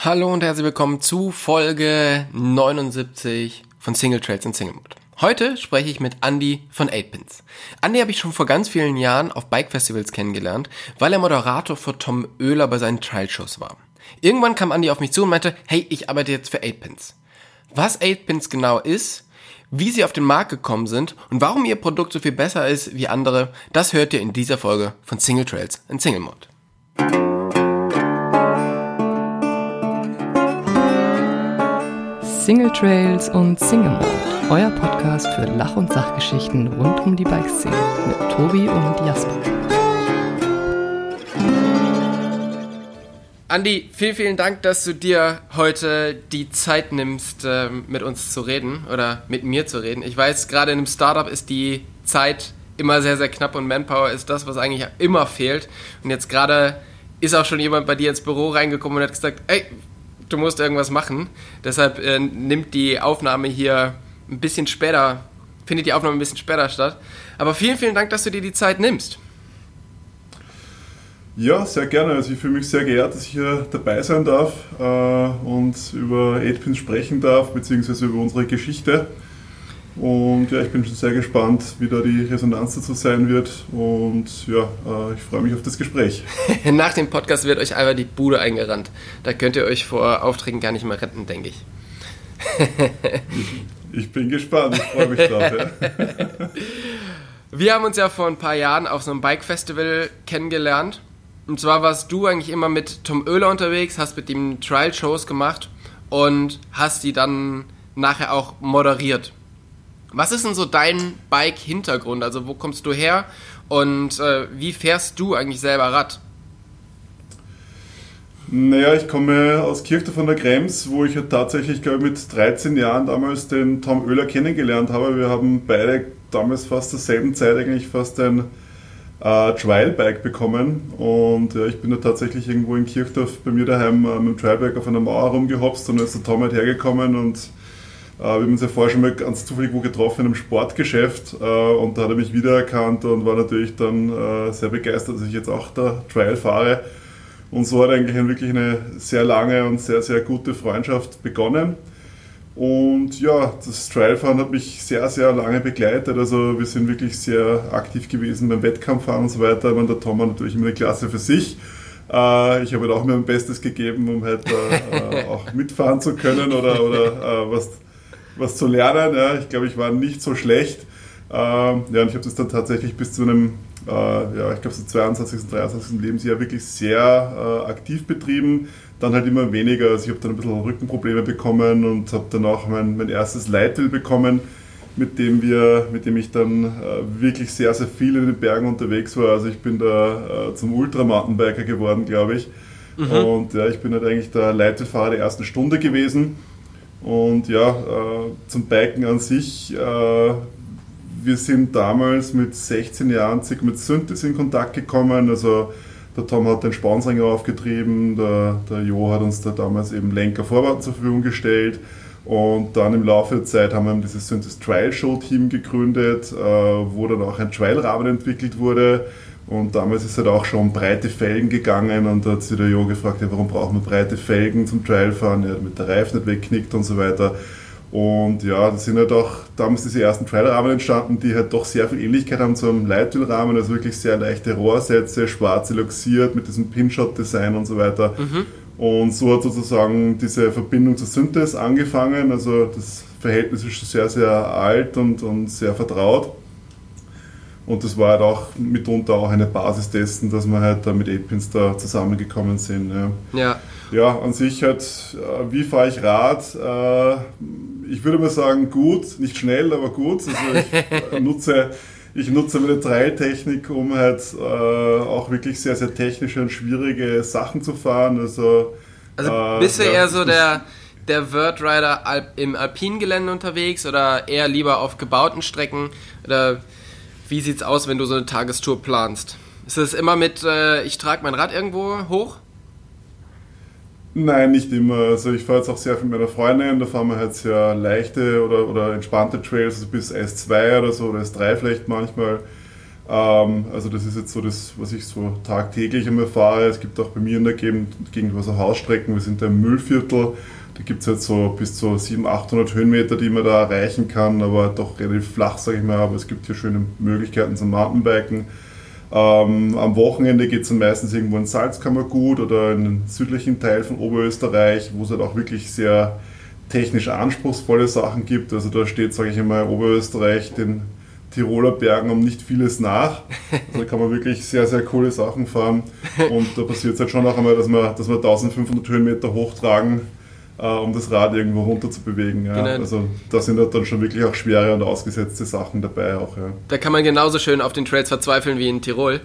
Hallo und herzlich willkommen zu Folge 79 von Single Trails in Single Mode. Heute spreche ich mit Andi von 8pins. Andi habe ich schon vor ganz vielen Jahren auf Bike-Festivals kennengelernt, weil er Moderator für Tom Oehler bei seinen Trial-Shows war. Irgendwann kam Andi auf mich zu und meinte, hey, ich arbeite jetzt für 8pins. Was 8pins genau ist, wie sie auf den Markt gekommen sind und warum ihr Produkt so viel besser ist wie andere, das hört ihr in dieser Folge von Single Trails in Single Mode. Single Trails und Single Mode, euer Podcast für Lach- und Sachgeschichten rund um die Bikeszene mit Tobi und Jasper. Andi, vielen Dank, dass du dir heute die Zeit nimmst, mit uns zu reden oder mit mir zu reden. Ich weiß, gerade in einem Startup ist die Zeit immer sehr, sehr knapp und Manpower ist das, was eigentlich immer fehlt. Und jetzt gerade ist auch schon jemand bei dir ins Büro reingekommen und hat gesagt, ey, du musst irgendwas machen. Deshalb findet die Aufnahme ein bisschen später statt. Aber vielen Dank, dass du dir die Zeit nimmst. Ja, sehr gerne. Also ich fühle mich sehr geehrt, dass ich hier dabei sein darf und über 8pins sprechen darf, beziehungsweise über unsere Geschichte. Und ja, ich bin schon sehr gespannt, wie da die Resonanz dazu sein wird. Und ja, ich freue mich auf das Gespräch. Nach dem Podcast wird euch einfach die Bude eingerannt. Da könnt ihr euch vor Aufträgen gar nicht mehr retten, denke ich. Ich bin gespannt, ich freue mich drauf. Ja. Wir haben uns ja vor ein paar Jahren auf so einem Bike-Festival kennengelernt. Und zwar warst du eigentlich immer mit Tom Oehler unterwegs, hast mit ihm Trial-Shows gemacht und hast die dann nachher auch moderiert. Was ist denn so dein Bike-Hintergrund? Also wo kommst du her und wie fährst du eigentlich selber Rad? Naja, ich komme aus Kirchdorf an der Krems, wo ich ja tatsächlich, glaube ich, mit 13 Jahren damals den Tom Oehler kennengelernt habe. Wir haben beide damals fast zur selben Zeit eigentlich fast ein Trial-Bike bekommen. Und ja, ich bin da tatsächlich irgendwo in Kirchdorf bei mir daheim mit dem Trial-Bike auf einer Mauer rumgehopst und dann ist der Tom halt hergekommen und wir haben uns ja vorher schon mal ganz zufällig wo getroffen in einem Sportgeschäft und da hat er mich wiedererkannt und war natürlich dann sehr begeistert, dass ich jetzt auch da Trial fahre. Und so hat eigentlich wirklich eine sehr lange und sehr, sehr gute Freundschaft begonnen. Und ja, das Trialfahren hat mich sehr, sehr lange begleitet. Also wir sind wirklich sehr aktiv gewesen beim Wettkampffahren und so weiter. Aber der Tom war natürlich immer eine Klasse für sich. Ich habe halt auch mir mein Bestes gegeben, um halt auch mitfahren zu können oder was zu lernen. Ja, ich glaube, ich war nicht so schlecht. Ja, und ich habe das dann tatsächlich bis zu einem, ich glaube so 22., 23. Lebensjahr wirklich sehr aktiv betrieben. Dann halt immer weniger. Also ich habe dann ein bisschen Rückenprobleme bekommen und habe dann auch mein erstes Leitwheel bekommen, mit dem ich dann wirklich sehr, sehr viel in den Bergen unterwegs war. Also ich bin da zum Ultramountainbiker geworden, glaube ich. Mhm. Und ja, ich bin halt eigentlich der Leitwheelfahrer der ersten Stunde gewesen. Und ja, zum Biken an sich, wir sind damals mit 16 Jahren circa mit Synthes in Kontakt gekommen. Also der Tom hat den Sponsoring aufgetrieben, der Jo hat uns da damals eben Lenker, Vorwarten zur Verfügung gestellt. Und dann im Laufe der Zeit haben wir dieses Synthes Trial Show Team gegründet, wo dann auch ein Trial-Rahmen entwickelt wurde. Und damals ist halt auch schon um breite Felgen gegangen und da hat sich der Jo gefragt, ja, warum brauchen wir breite Felgen zum Trialfahren, ja, damit der Reifen nicht wegknickt und so weiter. Und ja, da sind halt auch damals diese ersten Trial-Rahmen entstanden, die halt doch sehr viel Ähnlichkeit haben zu einem Leitwheel-Rahmen, also wirklich sehr leichte Rohrsätze, schwarz eloxiert mit diesem Pinshot-Design und so weiter. Mhm. Und so hat sozusagen diese Verbindung zu Synthes angefangen, also das Verhältnis ist schon sehr, sehr alt und sehr vertraut. Und das war halt auch mitunter auch eine Basis dessen, dass wir halt da mit 8pins da zusammengekommen sind. Ja, an sich halt, wie fahre ich Rad? Ich würde mal sagen gut, nicht schnell, aber gut. Also ich nutze meine Trail-Technik, um halt auch wirklich sehr, sehr technische und schwierige Sachen zu fahren. Also bist du eher so der Wordrider im alpinen Gelände unterwegs oder eher lieber auf gebauten Strecken? Oder wie sieht's aus, wenn du so eine Tagestour planst? Ist das immer mit, ich trage mein Rad irgendwo hoch? Nein, nicht immer. Also ich fahre jetzt auch sehr viel mit meiner Freundin, da fahren wir halt sehr leichte oder entspannte Trails, also bis S2 oder so, oder S3 vielleicht manchmal. Also das ist jetzt so das, was ich so tagtäglich einmal fahre. Es gibt auch bei mir in der Gegend so Hausstrecken, wir sind da im Müllviertel. Da gibt es jetzt so bis zu 700, 800 Höhenmeter, die man da erreichen kann, aber doch relativ flach, sage ich mal. Aber es gibt hier schöne Möglichkeiten zum Mountainbiken. Am Wochenende geht es dann meistens irgendwo in Salzkammergut oder in den südlichen Teil von Oberösterreich, wo es halt auch wirklich sehr technisch anspruchsvolle Sachen gibt. Also da steht, sage ich einmal, Oberösterreich den Tiroler Bergen um nicht vieles nach. Also da kann man wirklich sehr, sehr coole Sachen fahren. Und da passiert es halt schon auch einmal, dass wir 1500 Höhenmeter hochtragen, um das Rad irgendwo runter zu bewegen. Ja. Genau. Also da sind halt dann schon wirklich auch schwere und ausgesetzte Sachen dabei auch. Ja. Da kann man genauso schön auf den Trails verzweifeln wie in Tirol.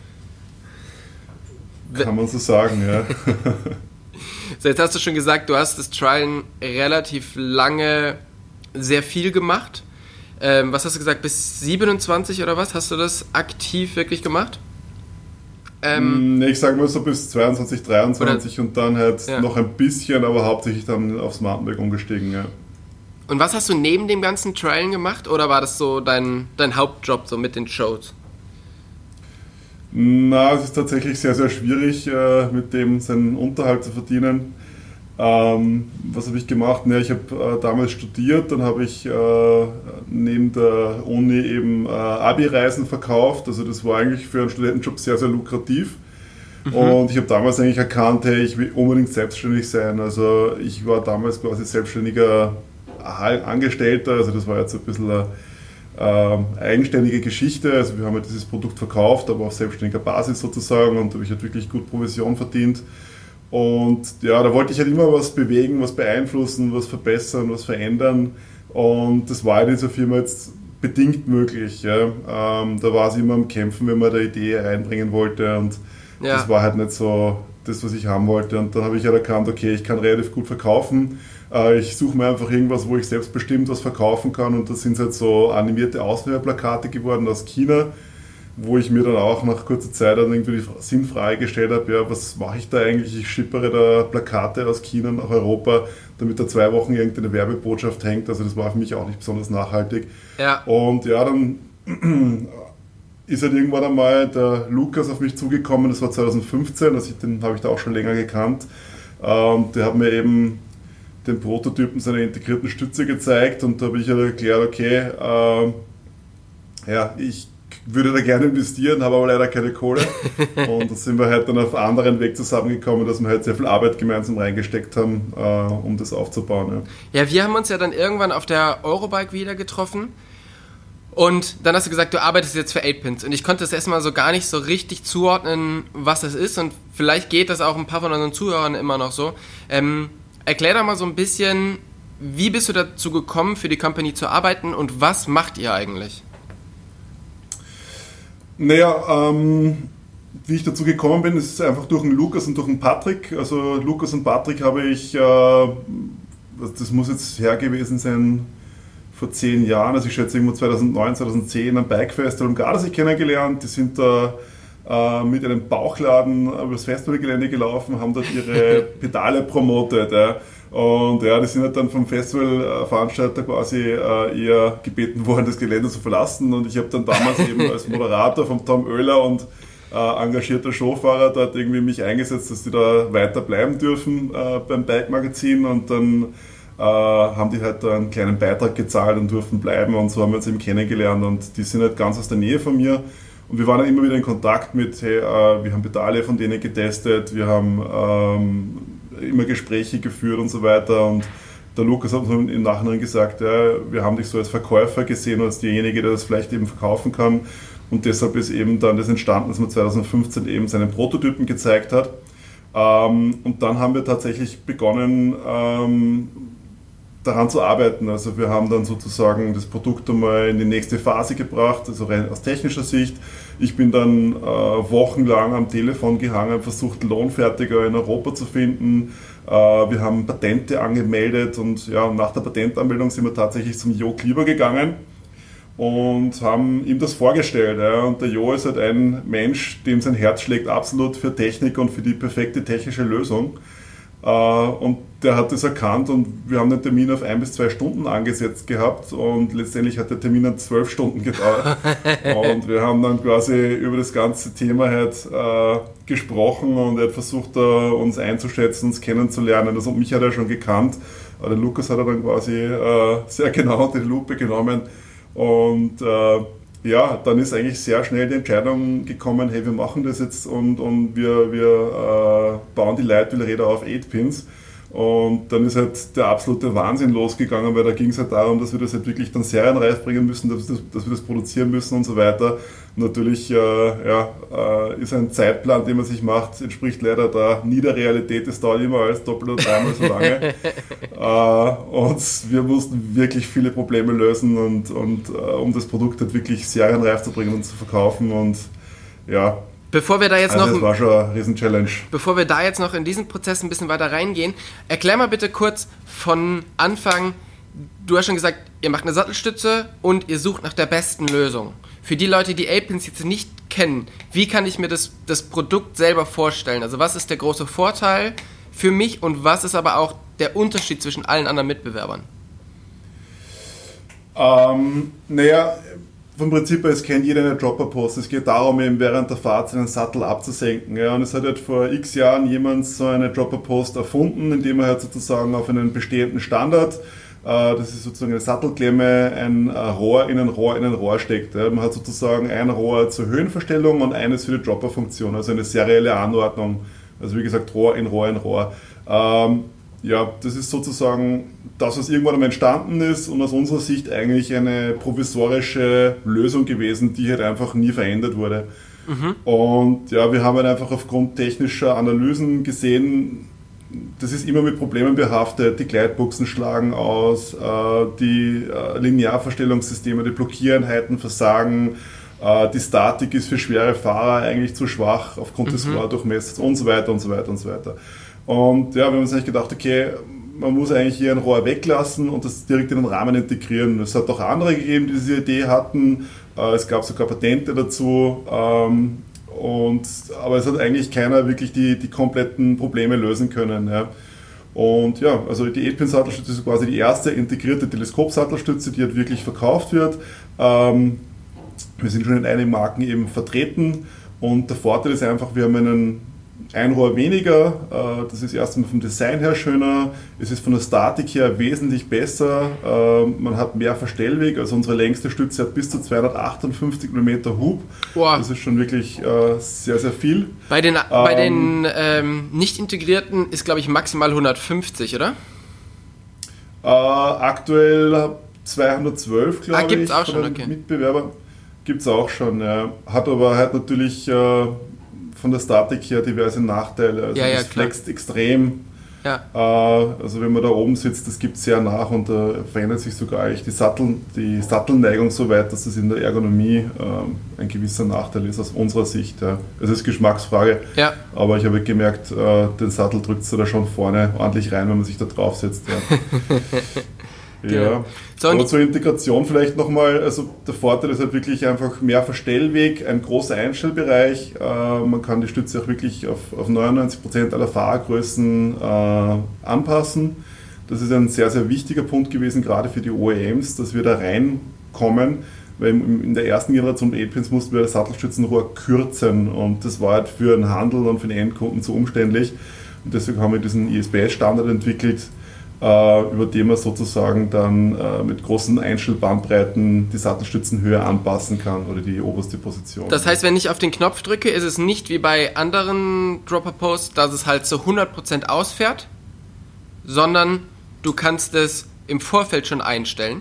Kann man so sagen, ja. So, jetzt hast du schon gesagt, du hast das Trialen relativ lange sehr viel gemacht. Was hast du gesagt, bis 27 oder was? Hast du das aktiv wirklich gemacht? Ich sage mal so bis 22, 23 und dann halt noch ein bisschen, aber hauptsächlich dann aufs Mountainbike umgestiegen, ja. Und was hast du neben dem ganzen Trailen gemacht oder war das so dein Hauptjob so mit den Shows? Na, es ist tatsächlich sehr, sehr schwierig, mit dem seinen Unterhalt zu verdienen. Was habe ich gemacht? Ja, ich habe damals studiert, dann habe ich neben der Uni eben Abi-Reisen verkauft. Also das war eigentlich für einen Studentenjob sehr, sehr lukrativ. Und ich habe damals eigentlich erkannt, hey, ich will unbedingt selbstständig sein. Also ich war damals quasi selbstständiger Angestellter. Also das war jetzt ein bisschen eine eigenständige Geschichte. Also wir haben halt dieses Produkt verkauft, aber auf selbstständiger Basis sozusagen. Und da habe ich halt wirklich gut Provision verdient. Und ja, da wollte ich halt immer was bewegen, was beeinflussen, was verbessern, was verändern. Und das war in dieser Firma jetzt bedingt möglich. Ja. Da war es immer am Kämpfen, wenn man da Idee reinbringen wollte. Und das war halt nicht so das, was ich haben wollte. Und dann habe ich halt erkannt, okay, ich kann relativ gut verkaufen. Ich suche mir einfach irgendwas, wo ich selbstbestimmt was verkaufen kann. Und das sind halt so animierte Ausnahmeplakate geworden aus China, wo ich mir dann auch nach kurzer Zeit dann irgendwie die Sinnfrage gestellt habe, ja, was mache ich da eigentlich? Ich schippere da Plakate aus China nach Europa, damit da 2 Wochen irgendeine Werbebotschaft hängt. Also das war für mich auch nicht besonders nachhaltig. Ja. Und ja, dann ist halt irgendwann einmal der Lukas auf mich zugekommen, das war 2015, also den habe ich da auch schon länger gekannt. Der hat mir eben den Prototypen seiner integrierten Stütze gezeigt und da habe ich halt erklärt, okay, ich würde da gerne investieren, habe aber leider keine Kohle. Und da sind wir halt dann auf einen anderen Weg zusammengekommen, dass wir halt sehr viel Arbeit gemeinsam reingesteckt haben, um das aufzubauen. Ja, wir haben uns ja dann irgendwann auf der Eurobike wieder getroffen. Und dann hast du gesagt, du arbeitest jetzt für 8Pins. Und ich konnte das erstmal so gar nicht so richtig zuordnen, was das ist. Und vielleicht geht das auch ein paar von unseren Zuhörern immer noch so. Erklär doch mal so ein bisschen, wie bist du dazu gekommen, für die Company zu arbeiten und was macht ihr eigentlich? Naja, wie ich dazu gekommen bin, ist einfach durch den Lukas und durch den Patrick. Also Lukas und Patrick habe ich, das muss jetzt her gewesen sein, vor 10 Jahren, also ich schätze irgendwo 2009, 2010 am Bike Festival am Gardasee kennengelernt. Die sind da mit einem Bauchladen über das Festivalgelände gelaufen, haben dort ihre Pedale promotet. Und ja, die sind halt dann vom Festivalveranstalter quasi eher gebeten worden, das Gelände zu verlassen. Und ich habe dann damals eben als Moderator von Tom Oehler und engagierter Showfahrer dort irgendwie mich eingesetzt, dass die da weiter bleiben dürfen beim Bike-Magazin. Und dann haben die halt einen kleinen Beitrag gezahlt und durften bleiben. Und so haben wir uns eben kennengelernt. Und die sind halt ganz aus der Nähe von mir. Und wir waren dann immer wieder in Kontakt mit, hey, wir haben Pedale von denen getestet, wir haben immer Gespräche geführt und so weiter. Und der Lukas hat uns im Nachhinein gesagt, ja, wir haben dich so als Verkäufer gesehen, als derjenige, der das vielleicht eben verkaufen kann. Und deshalb ist eben dann das entstanden, dass man 2015 eben seinen Prototypen gezeigt hat. Und dann haben wir tatsächlich begonnen, daran zu arbeiten. Also wir haben dann sozusagen das Produkt einmal in die nächste Phase gebracht, also rein aus technischer Sicht. Ich bin dann wochenlang am Telefon gehangen, versucht Lohnfertiger in Europa zu finden. Wir haben Patente angemeldet und ja, nach der Patentanmeldung sind wir tatsächlich zum Jo Klieber gegangen und haben ihm das vorgestellt. Ja. Und der Jo ist halt ein Mensch, dem sein Herz schlägt absolut für Technik und für die perfekte technische Lösung. Und der hat das erkannt und wir haben den Termin auf 1 bis 2 Stunden angesetzt gehabt und letztendlich hat der Termin dann 12 Stunden gedauert. Und wir haben dann quasi über das ganze Thema halt gesprochen und er hat versucht, uns einzuschätzen, uns kennenzulernen. Also mich hat er schon gekannt, aber den Lukas hat er dann quasi sehr genau unter die Lupe genommen. Und dann ist eigentlich sehr schnell die Entscheidung gekommen, hey, wir machen das jetzt und wir bauen die Leitwheelräder auf 8-Pins. Und dann ist halt der absolute Wahnsinn losgegangen, weil da ging es halt darum, dass wir das halt wirklich dann serienreif bringen müssen, dass wir das produzieren müssen und so weiter. Und natürlich ist ein Zeitplan, den man sich macht, entspricht leider da nie der Realität. Es dauert immer alles doppelt oder dreimal so lange. Und wir mussten wirklich viele Probleme lösen und um das Produkt halt wirklich serienreif zu bringen und zu verkaufen. Und ja. Bevor wir da jetzt das war schon eine Riesen-Challenge. Bevor wir da jetzt noch in diesen Prozess ein bisschen weiter reingehen, erklär mal bitte kurz von Anfang, du hast schon gesagt, ihr macht eine Sattelstütze und ihr sucht nach der besten Lösung. Für die Leute, die 8-Pins jetzt nicht kennen, wie kann ich mir das Produkt selber vorstellen? Also was ist der große Vorteil für mich und was ist aber auch der Unterschied zwischen allen anderen Mitbewerbern? Vom Prinzip her, es kennt jeder eine Dropper-Post. Es geht darum, eben während der Fahrt seinen Sattel abzusenken. Ja. Und es hat halt vor x Jahren jemand so eine Dropper-Post erfunden, indem er halt sozusagen auf einen bestehenden Standard, das ist sozusagen eine Sattelklemme, ein Rohr in ein Rohr steckt. Ja. Man hat sozusagen ein Rohr zur Höhenverstellung und eines für die Dropper-Funktion, also eine serielle Anordnung. Also wie gesagt, Rohr in Rohr in Rohr. Das ist sozusagen das, was irgendwann einmal entstanden ist und aus unserer Sicht eigentlich eine provisorische Lösung gewesen, die halt einfach nie verändert wurde. Und ja, wir haben halt einfach aufgrund technischer Analysen gesehen, das ist immer mit Problemen behaftet. Die Gleitbuchsen schlagen aus, die Linearverstellungssysteme, die Blockiereinheiten versagen, die Statik ist für schwere Fahrer eigentlich zu schwach aufgrund des Rohrdurchmessers und so weiter und so weiter und so weiter. Und ja, wir haben uns eigentlich gedacht, okay, man muss eigentlich hier ein Rohr weglassen und das direkt in den Rahmen integrieren. Es hat auch andere gegeben, die diese Idee hatten. Es gab sogar Patente dazu. Aber es hat eigentlich keiner wirklich die kompletten Probleme lösen können. Ja. Und ja, also die 8-Pin-Sattelstütze ist quasi die erste integrierte Teleskop-Sattelstütze, die halt wirklich verkauft wird. Wir sind schon in einigen Marken eben vertreten und der Vorteil ist einfach, wir haben ein Rohr weniger, das ist erstmal vom Design her schöner, es ist von der Statik her wesentlich besser, man hat mehr Verstellweg, also unsere längste Stütze hat bis zu 258 mm Hub, wow. Das ist schon wirklich sehr, sehr viel. Bei den nicht integrierten ist, glaube ich, maximal 150, oder? Aktuell 212, glaube ich. Gibt es auch schon, okay. Mitbewerber gibt es auch schon, ja. Hat aber halt natürlich von der Statik her diverse Nachteile. Also das flext extrem. Ja. Also wenn man da oben sitzt, das gibt sehr nach und da verändert sich sogar eigentlich die Sattelneigung so weit, dass das in der Ergonomie ein gewisser Nachteil ist aus unserer Sicht. Ja. Es ist Geschmacksfrage, aber ich habe gemerkt, den Sattel drückt es da schon vorne ordentlich rein, wenn man sich da drauf setzt. Ja. Ja, so, aber zur Integration vielleicht nochmal, also der Vorteil ist halt wirklich einfach mehr Verstellweg, ein großer Einstellbereich, man kann die Stütze auch wirklich auf 99% aller Fahrgrößen anpassen. Das ist ein sehr, sehr wichtiger Punkt gewesen, gerade für die OEMs, dass wir da reinkommen, weil in der ersten Generation der 8-Pins mussten wir das Sattelstützenrohr kürzen und das war halt für den Handel und für den Endkunden zu umständlich und deswegen haben wir diesen ISBS-Standard entwickelt, über den man sozusagen dann mit großen Einstellbandbreiten die Sattelstützenhöhe anpassen kann oder die oberste Position. Das heißt, wenn ich auf den Knopf drücke, ist es nicht wie bei anderen Dropper-Posts, dass es halt zu 100% ausfährt, sondern du kannst es im Vorfeld schon einstellen.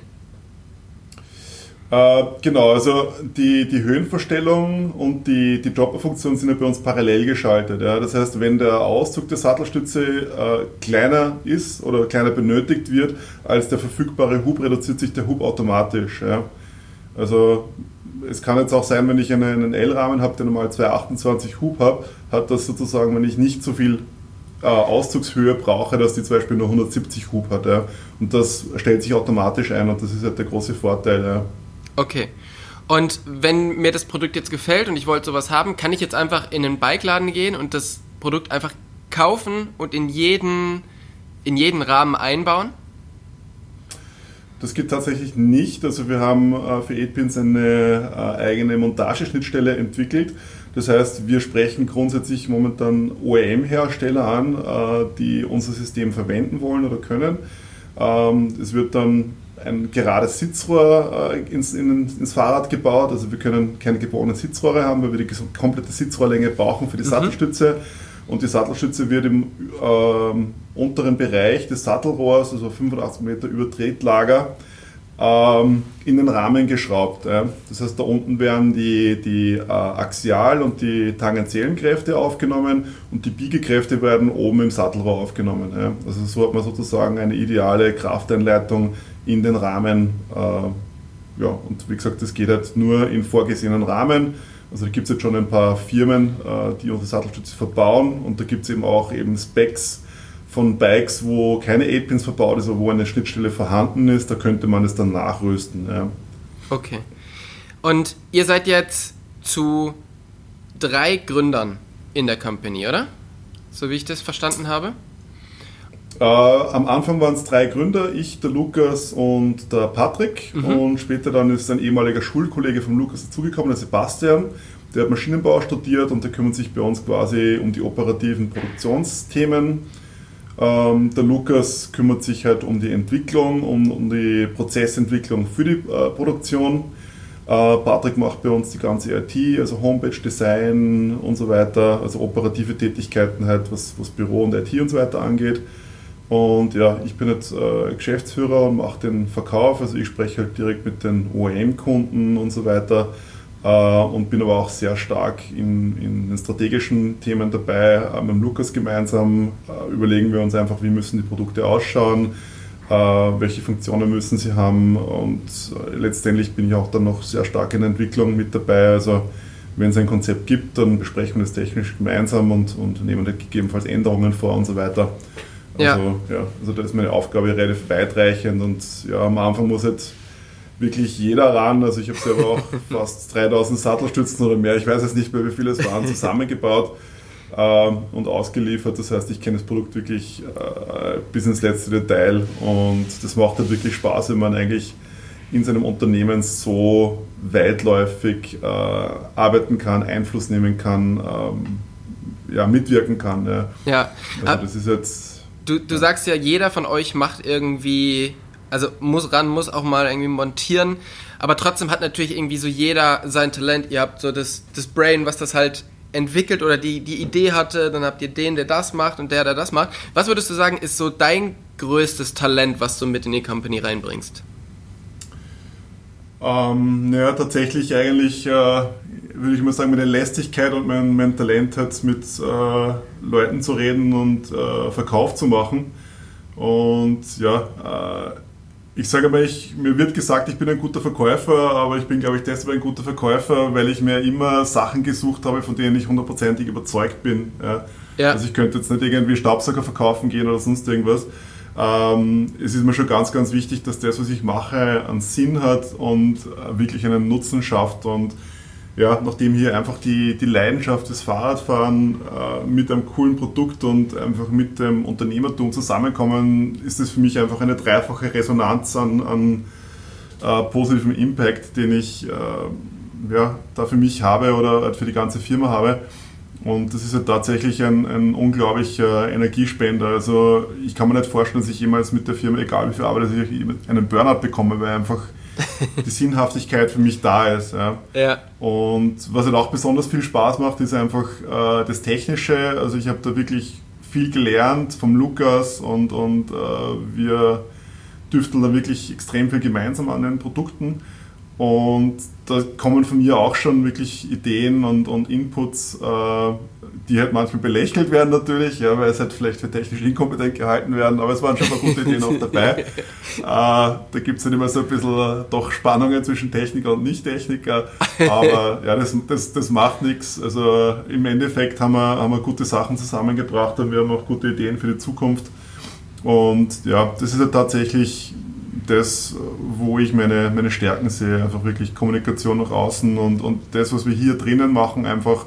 Genau, also die Höhenverstellung und die Dropper-Funktion sind ja bei uns parallel geschaltet. Ja. Das heißt, wenn der Auszug der Sattelstütze kleiner ist oder kleiner benötigt wird als der verfügbare Hub, reduziert sich der Hub automatisch. Ja. Also es kann jetzt auch sein, wenn ich einen L-Rahmen habe, der normal 228 Hub habe, hat das sozusagen, wenn ich nicht so viel Auszugshöhe brauche, dass die zum Beispiel nur 170 Hub hat. Ja. Und das stellt sich automatisch ein und das ist halt der große Vorteil. Ja. Okay. Und wenn mir das Produkt jetzt gefällt und ich wollte sowas haben, kann ich jetzt einfach in einen Bikeladen gehen und das Produkt einfach kaufen und in jeden Rahmen einbauen? Das geht tatsächlich nicht. Also wir haben für 8Pins eine eigene Montageschnittstelle entwickelt. Das heißt, wir sprechen grundsätzlich momentan OEM-Hersteller an, die unser System verwenden wollen oder können. Es wird dann ein gerades Sitzrohr ins Fahrrad gebaut. Also wir können keine gebogenen Sitzrohre haben, weil wir die komplette Sitzrohrlänge brauchen für die Sattelstütze. Und die Sattelstütze wird im unteren Bereich des Sattelrohrs, also 85 Meter über Tretlager, in den Rahmen geschraubt. Das heißt, da unten werden die Axial- und die tangentiellen Kräfte aufgenommen und die Biegekräfte werden oben im Sattelrohr aufgenommen. Also so hat man sozusagen eine ideale Krafteinleitung in den Rahmen. Und wie gesagt, das geht halt nur in vorgesehenen Rahmen. Also da gibt es jetzt schon ein paar Firmen, die unsere Sattelstütze verbauen, und da gibt es eben auch Specs von Bikes, wo keine 8Pins verbaut ist, aber wo eine Schnittstelle vorhanden ist, da könnte man es dann nachrüsten. Ja. Okay. Und ihr seid jetzt zu 3 Gründern in der Company, oder? So wie ich das verstanden habe? Am Anfang waren es 3 Gründer, ich, der Lukas und der Patrick. Und später dann ist ein ehemaliger Schulkollege von Lukas dazugekommen, der Sebastian. Der hat Maschinenbau studiert und der kümmert sich bei uns quasi um die operativen Produktionsthemen. Der Lukas kümmert sich halt um die Entwicklung, um die Prozessentwicklung für die Produktion. Patrick macht bei uns die ganze IT, also Homepage, Design und so weiter, also operative Tätigkeiten halt, was Büro und IT und so weiter angeht. Und ja, ich bin jetzt Geschäftsführer und mache den Verkauf, also ich spreche halt direkt mit den OEM-Kunden und so weiter, und bin aber auch sehr stark in den strategischen Themen dabei. Mit dem Lukas gemeinsam überlegen wir uns einfach, wie müssen die Produkte ausschauen, welche Funktionen müssen sie haben, und letztendlich bin ich auch dann noch sehr stark in der Entwicklung mit dabei. Also wenn es ein Konzept gibt, dann besprechen wir das technisch gemeinsam und nehmen dann gegebenenfalls Änderungen vor und so weiter. Also da ist meine Aufgabe relativ weitreichend, und ja, am Anfang muss jetzt wirklich jeder ran. Also ich habe selber auch fast 3000 Sattelstützen oder mehr, ich weiß jetzt nicht mehr, wie viele es waren, zusammengebaut und ausgeliefert. Das heißt, ich kenne das Produkt wirklich bis ins letzte Detail, und das macht halt wirklich Spaß, wenn man eigentlich in seinem Unternehmen so weitläufig arbeiten kann, Einfluss nehmen kann, mitwirken kann. Ja. Also das ist jetzt... Du sagst ja, jeder von euch macht irgendwie, also muss auch mal irgendwie montieren, aber trotzdem hat natürlich irgendwie so jeder sein Talent. Ihr habt so das Brain, was das halt entwickelt oder die Idee hatte, dann habt ihr den, der das macht, und der das macht. Was würdest du sagen, ist so dein größtes Talent, was du mit in die Company reinbringst? Tatsächlich eigentlich würde ich mal sagen, meine Lästigkeit und mein Talent hat, mit Leuten zu reden und Verkauf zu machen. Und ich sage mal, mir wird gesagt, ich bin ein guter Verkäufer, aber ich bin, glaube ich, deshalb ein guter Verkäufer, weil ich mir immer Sachen gesucht habe, von denen ich 100% überzeugt bin. Ja. Also ich könnte jetzt nicht irgendwie Staubsauger verkaufen gehen oder sonst irgendwas. Es ist mir schon ganz, ganz wichtig, dass das, was ich mache, einen Sinn hat und wirklich einen Nutzen schafft. Und ja, nachdem hier einfach die Leidenschaft des Fahrradfahren mit einem coolen Produkt und einfach mit dem Unternehmertum zusammenkommen, ist das für mich einfach eine dreifache Resonanz an positivem Impact, den ich da für mich habe oder halt für die ganze Firma habe. Und das ist ja tatsächlich ein unglaublicher Energiespender. Also ich kann mir nicht vorstellen, dass ich jemals mit der Firma, egal wie viel Arbeit ich einen Burnout bekomme, weil einfach die Sinnhaftigkeit für mich da ist. Ja. Und was halt auch besonders viel Spaß macht, ist einfach das Technische. Also ich habe da wirklich viel gelernt vom Lukas, und wir düfteln da wirklich extrem viel gemeinsam an den Produkten. Und da kommen von mir auch schon wirklich Ideen und Inputs, die halt manchmal belächelt werden natürlich, ja, weil es halt vielleicht für technisch inkompetent gehalten werden, aber es waren schon mal gute Ideen auch dabei. Da gibt es dann immer so ein bisschen doch Spannungen zwischen Techniker und Nicht-Techniker, aber ja, das macht nichts. Also im Endeffekt haben wir gute Sachen zusammengebracht und wir haben auch gute Ideen für die Zukunft. Und ja, das ist ja tatsächlich das, wo ich meine Stärken sehe, einfach wirklich Kommunikation nach außen und das, was wir hier drinnen machen, einfach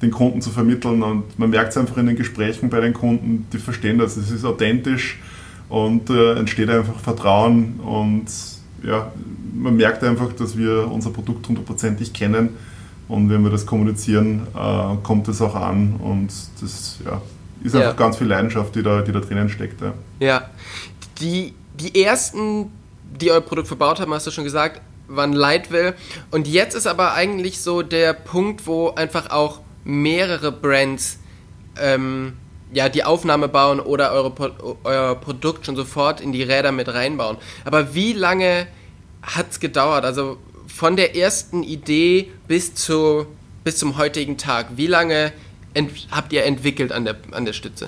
den Kunden zu vermitteln. Und man merkt es einfach in den Gesprächen bei den Kunden, die verstehen das. Es ist authentisch und entsteht einfach Vertrauen. Und ja, man merkt einfach, dass wir unser Produkt 100%ig kennen. Und wenn wir das kommunizieren, kommt es auch an. Und das ist einfach ganz viel Leidenschaft, die da drinnen steckt. Ja. Die ersten, die euer Produkt verbaut haben, hast du schon gesagt, waren Lightwell. Und jetzt ist aber eigentlich so der Punkt, wo einfach auch mehrere Brands die Aufnahme bauen oder euer Produkt schon sofort in die Räder mit reinbauen. Aber wie lange hat es gedauert? Also von der ersten Idee bis zum heutigen Tag. Wie lange habt ihr entwickelt an der Stütze?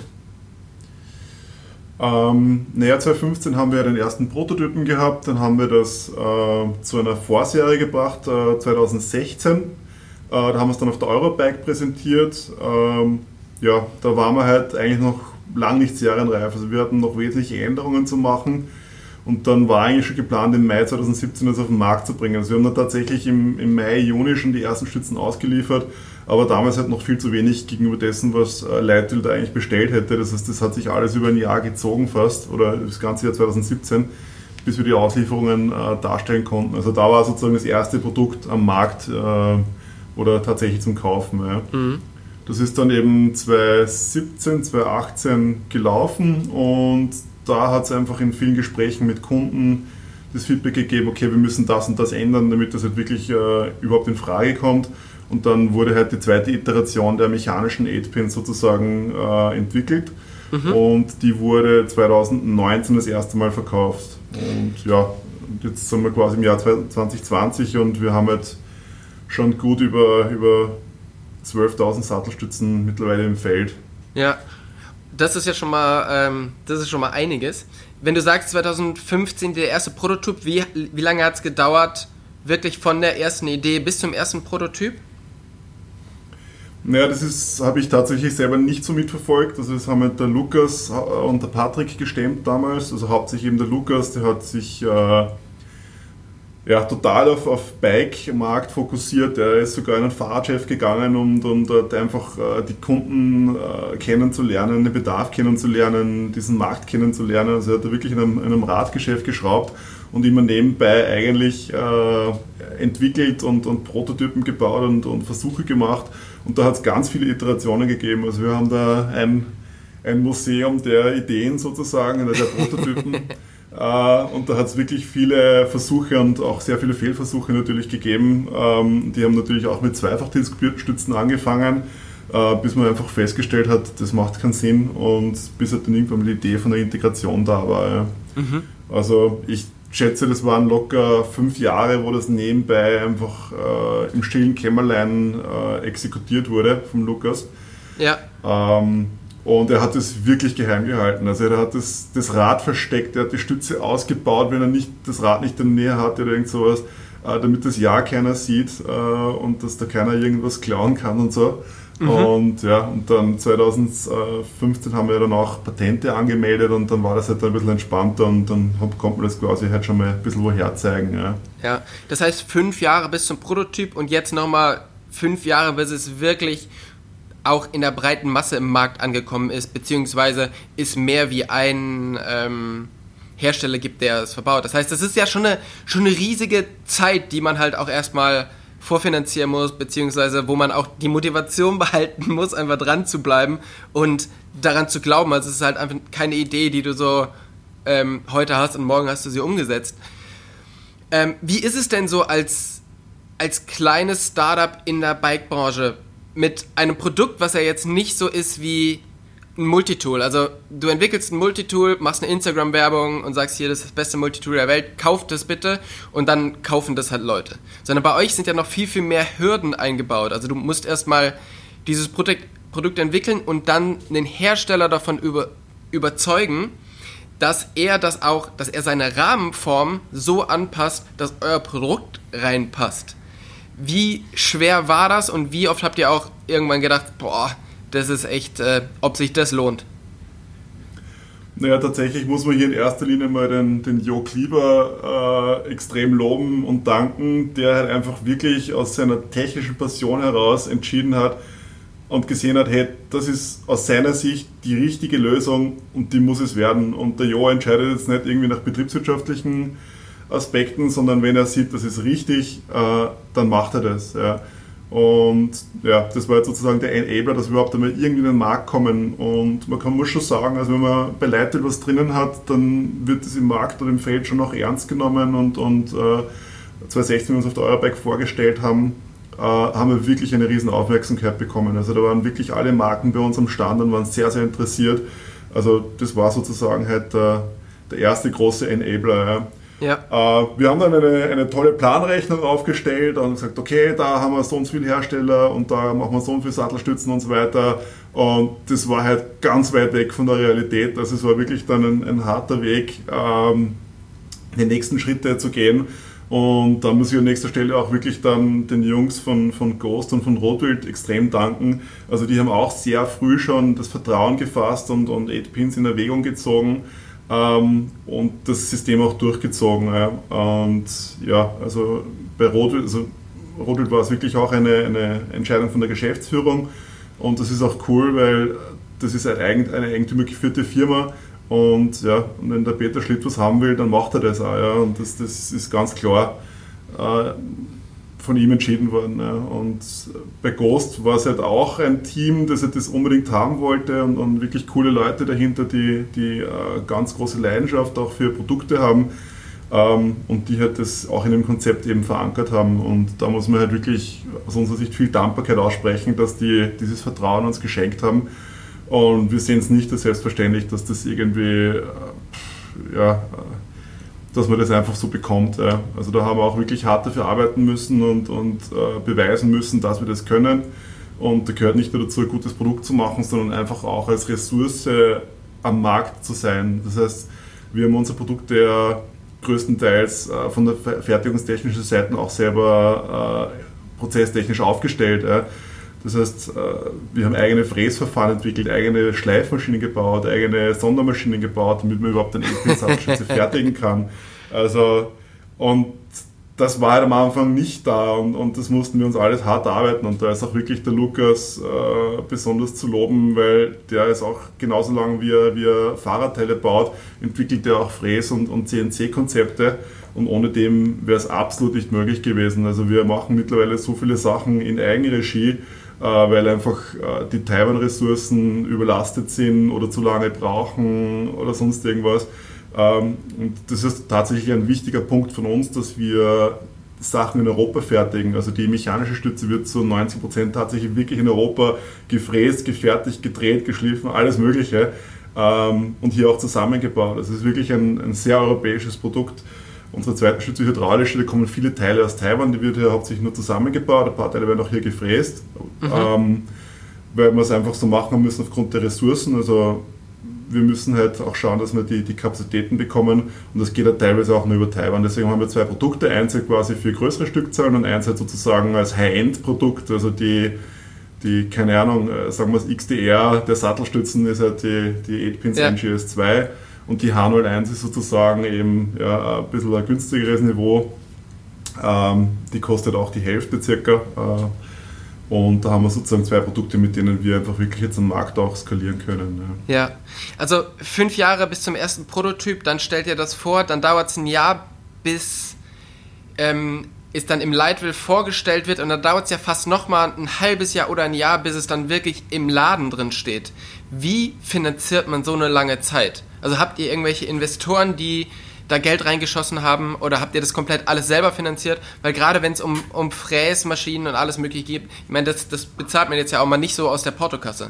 2015 haben wir den ersten Prototypen gehabt, dann haben wir das zu einer Vorserie gebracht, 2016. Da haben wir es dann auf der Eurobike präsentiert. Da waren wir halt eigentlich noch lang nicht serienreif. Also wir hatten noch wesentliche Änderungen zu machen. Und dann war eigentlich schon geplant, im Mai 2017 das auf den Markt zu bringen. Also wir haben dann tatsächlich im Mai, Juni schon die ersten Stützen ausgeliefert, aber damals halt noch viel zu wenig gegenüber dessen, was Lightwell da eigentlich bestellt hätte. Das heißt, das hat sich alles über ein Jahr gezogen fast, oder das ganze Jahr 2017, bis wir die Auslieferungen darstellen konnten. Also da war sozusagen das erste Produkt am Markt oder tatsächlich zum Kaufen. Ja. Mhm. Das ist dann eben 2017, 2018 gelaufen und da hat es einfach in vielen Gesprächen mit Kunden das Feedback gegeben, okay, wir müssen das und das ändern, damit das halt wirklich überhaupt in Frage kommt. Und dann wurde halt die zweite Iteration der mechanischen 8-Pin sozusagen entwickelt. Mhm. Und die wurde 2019 das erste Mal verkauft. Und jetzt sind wir quasi im Jahr 2020 und wir haben jetzt schon gut über 12.000 Sattelstützen mittlerweile im Feld. Ja. Das ist ja schon mal, einiges. Wenn du sagst 2015 der erste Prototyp, wie lange hat es gedauert, wirklich von der ersten Idee bis zum ersten Prototyp? Naja, das habe ich tatsächlich selber nicht so mitverfolgt. Also das haben halt der Lukas und der Patrick gestemmt damals. Also hauptsächlich eben der Lukas, der hat sich total auf Bike-Markt fokussiert. Er ist sogar in ein Fahrradgeschäft gegangen, um dort einfach die Kunden kennenzulernen, den Bedarf kennenzulernen, diesen Markt kennenzulernen. Also er hat da wirklich in einem Radgeschäft geschraubt und immer nebenbei eigentlich entwickelt und Prototypen gebaut und Versuche gemacht. Und da hat es ganz viele Iterationen gegeben. Also wir haben da ein Museum der Ideen sozusagen, der Prototypen. Und da hat es wirklich viele Versuche und auch sehr viele Fehlversuche natürlich gegeben. Die haben natürlich auch mit zweifach teleskopierten Stützen angefangen, bis man einfach festgestellt hat, das macht keinen Sinn und bis halt dann irgendwann die Idee von der Integration da war. Ja. Mhm. Also ich schätze, das waren locker 5 Jahre, wo das nebenbei einfach im stillen Kämmerlein exekutiert wurde vom Lukas. Ja. Und er hat es wirklich geheim gehalten. Also er hat das Rad versteckt, er hat die Stütze ausgebaut, wenn er das Rad nicht in der Nähe hatte oder irgend sowas, damit das ja keiner sieht und dass da keiner irgendwas klauen kann und so. Mhm. Und dann 2015 haben wir dann auch Patente angemeldet und dann war das halt ein bisschen entspannter und dann konnte man das quasi halt schon mal ein bisschen woher zeigen. Ja, das heißt 5 Jahre bis zum Prototyp und jetzt nochmal 5 Jahre, bis es wirklich auch in der breiten Masse im Markt angekommen ist, beziehungsweise es mehr wie ein Hersteller gibt, der es verbaut. Das heißt, das ist ja schon eine riesige Zeit, die man halt auch erstmal vorfinanzieren muss, beziehungsweise wo man auch die Motivation behalten muss, einfach dran zu bleiben und daran zu glauben. Also es ist halt einfach keine Idee, die du so heute hast und morgen hast du sie umgesetzt. Wie ist es denn so als kleines Startup in der Bike-Branche mit einem Produkt, was ja jetzt nicht so ist wie ein Multitool? Also du entwickelst ein Multitool, machst eine Instagram-Werbung und sagst, hier, das ist das beste Multitool der Welt, kauft das bitte und dann kaufen das halt Leute. Sondern bei euch sind ja noch viel, viel mehr Hürden eingebaut. Also du musst erstmal dieses Produkt entwickeln und dann den Hersteller davon überzeugen, dass er seine Rahmenform so anpasst, dass euer Produkt reinpasst. Wie schwer war das und wie oft habt ihr auch irgendwann gedacht, boah, das ist echt, ob sich das lohnt? Naja, tatsächlich muss man hier in erster Linie mal den Jo Klieber extrem loben und danken, der halt einfach wirklich aus seiner technischen Passion heraus entschieden hat, und gesehen hat, hey, das ist aus seiner Sicht die richtige Lösung und die muss es werden. Und der Jo entscheidet jetzt nicht irgendwie nach betriebswirtschaftlichen Aspekten, sondern wenn er sieht, das ist richtig, dann macht er das. Ja. Und ja, das war jetzt sozusagen der Enabler, dass wir überhaupt einmal irgendwie in den Markt kommen. Und muss schon sagen, also wenn man bei Leitl was drinnen hat, dann wird es im Markt oder im Feld schon auch ernst genommen. Und 2016, wenn wir uns auf der Eurobike vorgestellt haben, haben wir wirklich eine riesen Aufmerksamkeit bekommen. Also da waren wirklich alle Marken bei uns am Stand und waren sehr, sehr interessiert. Also das war sozusagen halt der erste große Enabler. Ja. Ja. Wir haben dann eine tolle Planrechnung aufgestellt und gesagt, okay, da haben wir so und so viele Hersteller und da machen wir so und viele Sattelstützen und so weiter. Und das war halt ganz weit weg von der Realität. Also es war wirklich dann ein harter Weg, die nächsten Schritte zu gehen. Und da muss ich an nächster Stelle auch wirklich dann den Jungs von Ghost und von Rotwild extrem danken. Also die haben auch sehr früh schon das Vertrauen gefasst und 8Pins in Erwägung gezogen. Und das System auch durchgezogen. Ja. Und ja, also bei Rotwild war es wirklich auch eine Entscheidung von der Geschäftsführung und das ist auch cool, weil das ist eine eigentümergeführte Firma und ja, und wenn der Peter Schlitt was haben will, dann macht er das auch. Ja. Und das ist ganz klar von ihm entschieden worden. Ja. Und bei Ghost war es halt auch ein Team, das das unbedingt haben wollte und wirklich coole Leute dahinter, die ganz große Leidenschaft auch für Produkte haben und die halt das auch in dem Konzept eben verankert haben. Und da muss man halt wirklich aus unserer Sicht viel Dankbarkeit aussprechen, dass die dieses Vertrauen uns geschenkt haben. Und wir sehen es nicht als selbstverständlich, dass das irgendwie dass man das einfach so bekommt. Also da haben wir auch wirklich hart dafür arbeiten müssen und beweisen müssen, dass wir das können. Und da gehört nicht nur dazu, ein gutes Produkt zu machen, sondern einfach auch als Ressource am Markt zu sein. Das heißt, wir haben unser Produkt ja größtenteils von der fertigungstechnischen Seite auch selber prozesstechnisch aufgestellt. Das heißt, wir haben eigene Fräsverfahren entwickelt, eigene Schleifmaschinen gebaut, eigene Sondermaschinen gebaut, damit man überhaupt eine 8-Pin-Sattelstütze fertigen kann. Also, und das war halt am Anfang nicht da und das mussten wir uns alles hart arbeiten und da ist auch wirklich der Lukas besonders zu loben, weil der ist auch genauso lange wie er Fahrradteile baut, entwickelt er auch Fräs- und CNC-Konzepte und ohne dem wäre es absolut nicht möglich gewesen. Also wir machen mittlerweile so viele Sachen in Eigenregie, weil einfach die Taiwan-Ressourcen überlastet sind oder zu lange brauchen oder sonst irgendwas. Und das ist tatsächlich ein wichtiger Punkt von uns, dass wir Sachen in Europa fertigen. Also die mechanische Stütze wird zu 90% tatsächlich wirklich in Europa gefräst, gefertigt, gedreht, geschliffen, alles Mögliche und hier auch zusammengebaut. Das ist wirklich ein sehr europäisches Produkt. Unsere zweite Stütze hydraulische, da kommen viele Teile aus Taiwan, die wird hier hauptsächlich nur zusammengebaut, ein paar Teile werden auch hier gefräst, weil wir es einfach so machen müssen aufgrund der Ressourcen. Also wir müssen halt auch schauen, dass wir die Kapazitäten bekommen und das geht halt teilweise auch nur über Taiwan. Deswegen haben wir zwei Produkte, eins halt quasi für größere Stückzahlen und eins halt sozusagen als High-End-Produkt, also die keine Ahnung, sagen wir das XDR der Sattelstützen ist halt die 8-Pins NGS 2 und die H01 ist sozusagen eben ein bisschen ein günstigeres Niveau. Die kostet auch die Hälfte circa. Und da haben wir sozusagen zwei Produkte, mit denen wir einfach wirklich jetzt am Markt auch skalieren können. Ja, also 5 Jahre bis zum ersten Prototyp, dann stellt ihr das vor, dann dauert es ein Jahr, bis es dann im Leitl vorgestellt wird und dann dauert es ja fast nochmal ein halbes Jahr oder ein Jahr, bis es dann wirklich im Laden drin steht. Wie finanziert man so eine lange Zeit? Also habt ihr irgendwelche Investoren, die da Geld reingeschossen haben oder habt ihr das komplett alles selber finanziert? Weil gerade wenn es um Fräsmaschinen und alles mögliche geht, ich meine, das bezahlt man jetzt ja auch mal nicht so aus der Portokasse.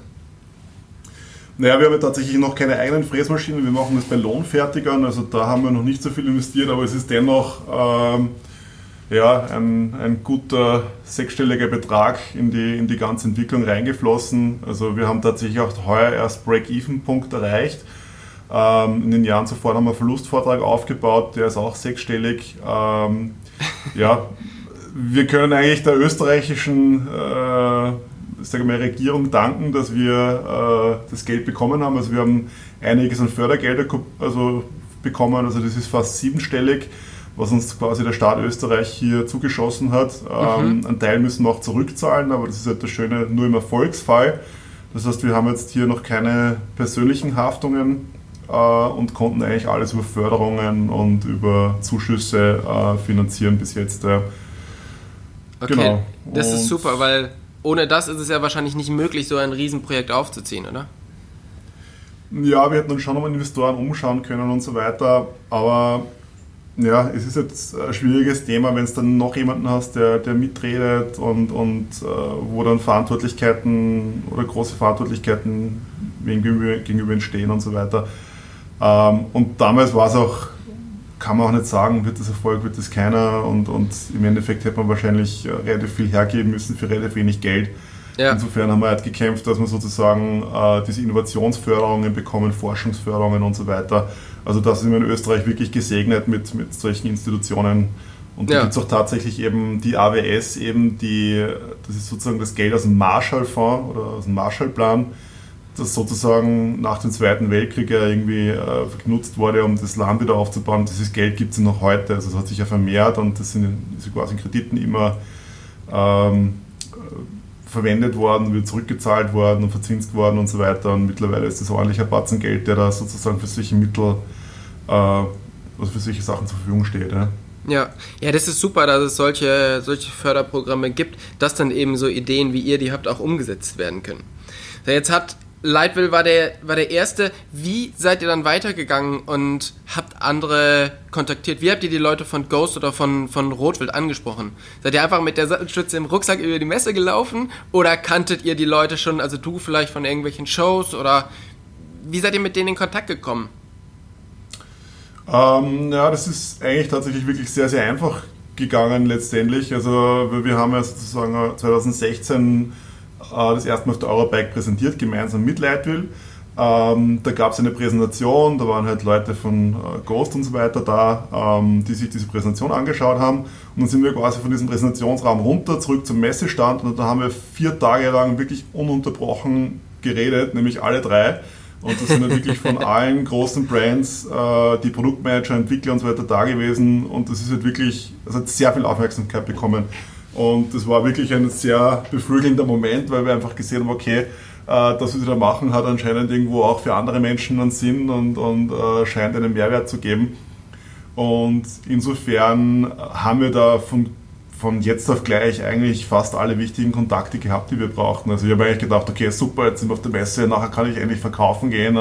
Naja, wir haben ja tatsächlich noch keine eigenen Fräsmaschinen, wir machen das bei Lohnfertigern, also da haben wir noch nicht so viel investiert, aber es ist dennoch ein guter sechsstelliger Betrag in die ganze Entwicklung reingeflossen. Also wir haben tatsächlich auch heuer erst Break-Even-Punkt erreicht. In den Jahren zuvor haben wir einen Verlustvortrag aufgebaut, der ist auch sechsstellig. Wir können eigentlich der österreichischen Regierung danken, dass wir das Geld bekommen haben. Also wir haben einiges an Fördergelder bekommen, also das ist fast 7-stellig. was uns quasi der Staat Österreich hier zugeschossen hat. Einen Teil müssen wir auch zurückzahlen, aber das ist halt das Schöne, nur im Erfolgsfall. Das heißt, wir haben jetzt hier noch keine persönlichen Haftungen und konnten eigentlich alles über Förderungen und über Zuschüsse finanzieren bis jetzt. Okay, genau. Das ist super, weil ohne das ist es ja wahrscheinlich nicht möglich, so ein Riesenprojekt aufzuziehen, oder? Ja, wir hätten uns schon um Investoren umschauen können und so weiter, aber ja, es ist jetzt ein schwieriges Thema, wenn es dann noch jemanden hast, der mitredet und wo dann Verantwortlichkeiten oder große Verantwortlichkeiten gegenüber entstehen und so weiter. Und damals war es auch, kann man auch nicht sagen, wird das Erfolg, wird das keiner und im Endeffekt hätte man wahrscheinlich relativ viel hergeben müssen für relativ wenig Geld. Ja. Insofern haben wir halt gekämpft, dass wir sozusagen diese Innovationsförderungen bekommen, Forschungsförderungen und so weiter. Also das sind wir in Österreich wirklich gesegnet mit solchen Institutionen. Und da gibt es auch tatsächlich eben die AWS, das ist sozusagen das Geld aus dem Marshallfonds oder aus dem Marshallplan, das sozusagen nach dem Zweiten Weltkrieg ja irgendwie genutzt wurde, um das Land wieder aufzubauen. Dieses Geld gibt es noch heute, also es hat sich ja vermehrt und das sind quasi Krediten immer verwendet worden, wird zurückgezahlt worden und verzinst worden und so weiter. Und mittlerweile ist das ordentlicher Batzen Geld, der da sozusagen für solche Mittel, also für solche Sachen zur Verfügung steht. Ja, das ist super, dass es solche Förderprogramme gibt, dass dann eben so Ideen wie ihr die habt auch umgesetzt werden können. So, jetzt hat Lightville war der erste. Wie seid ihr dann weitergegangen und habt andere kontaktiert? Wie habt ihr die Leute von Ghost oder von Rotwild angesprochen? Seid ihr einfach mit der Sattelstütze im Rucksack über die Messe gelaufen oder kanntet ihr die Leute schon, also du vielleicht von irgendwelchen Shows oder wie seid ihr mit denen in Kontakt gekommen? Ja, das ist eigentlich tatsächlich wirklich sehr, sehr einfach gegangen letztendlich. Also wir haben ja sozusagen 2016 das erste Mal auf der Eurobike präsentiert, gemeinsam mit Lightville. Da gab es eine Präsentation, da waren halt Leute von Ghost und so weiter da, die sich diese Präsentation angeschaut haben. Und dann sind wir quasi von diesem Präsentationsraum runter, zurück zum Messestand und da haben wir 4 Tage lang wirklich ununterbrochen geredet, nämlich alle 3. Und das sind dann wirklich von allen großen Brands, die Produktmanager, Entwickler und so weiter da gewesen und das ist halt wirklich, das hat sehr viel Aufmerksamkeit bekommen. Und das war wirklich ein sehr beflügelnder Moment, weil wir einfach gesehen haben, okay, das, was wir da machen, hat anscheinend irgendwo auch für andere Menschen einen Sinn und scheint einen Mehrwert zu geben. Und insofern haben wir da von jetzt auf gleich eigentlich fast alle wichtigen Kontakte gehabt, die wir brauchten. Also ich habe eigentlich gedacht, okay, super, jetzt sind wir auf der Messe, nachher kann ich endlich verkaufen gehen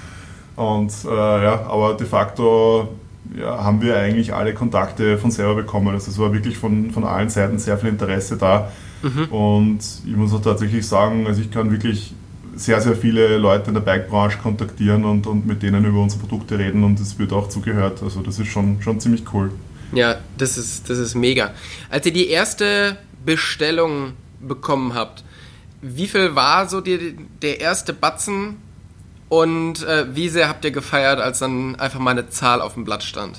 aber de facto haben wir eigentlich alle Kontakte von selber bekommen. Also es war wirklich von allen Seiten sehr viel Interesse da. Und ich muss auch tatsächlich sagen, also ich kann wirklich sehr, sehr viele Leute in der Bike-Branche kontaktieren und mit denen über unsere Produkte reden und es wird auch zugehört. Also das ist schon ziemlich cool. Ja, das ist mega. Als ihr die erste Bestellung bekommen habt, wie viel war so der erste Batzen und wie sehr habt ihr gefeiert, als dann einfach mal eine Zahl auf dem Blatt stand?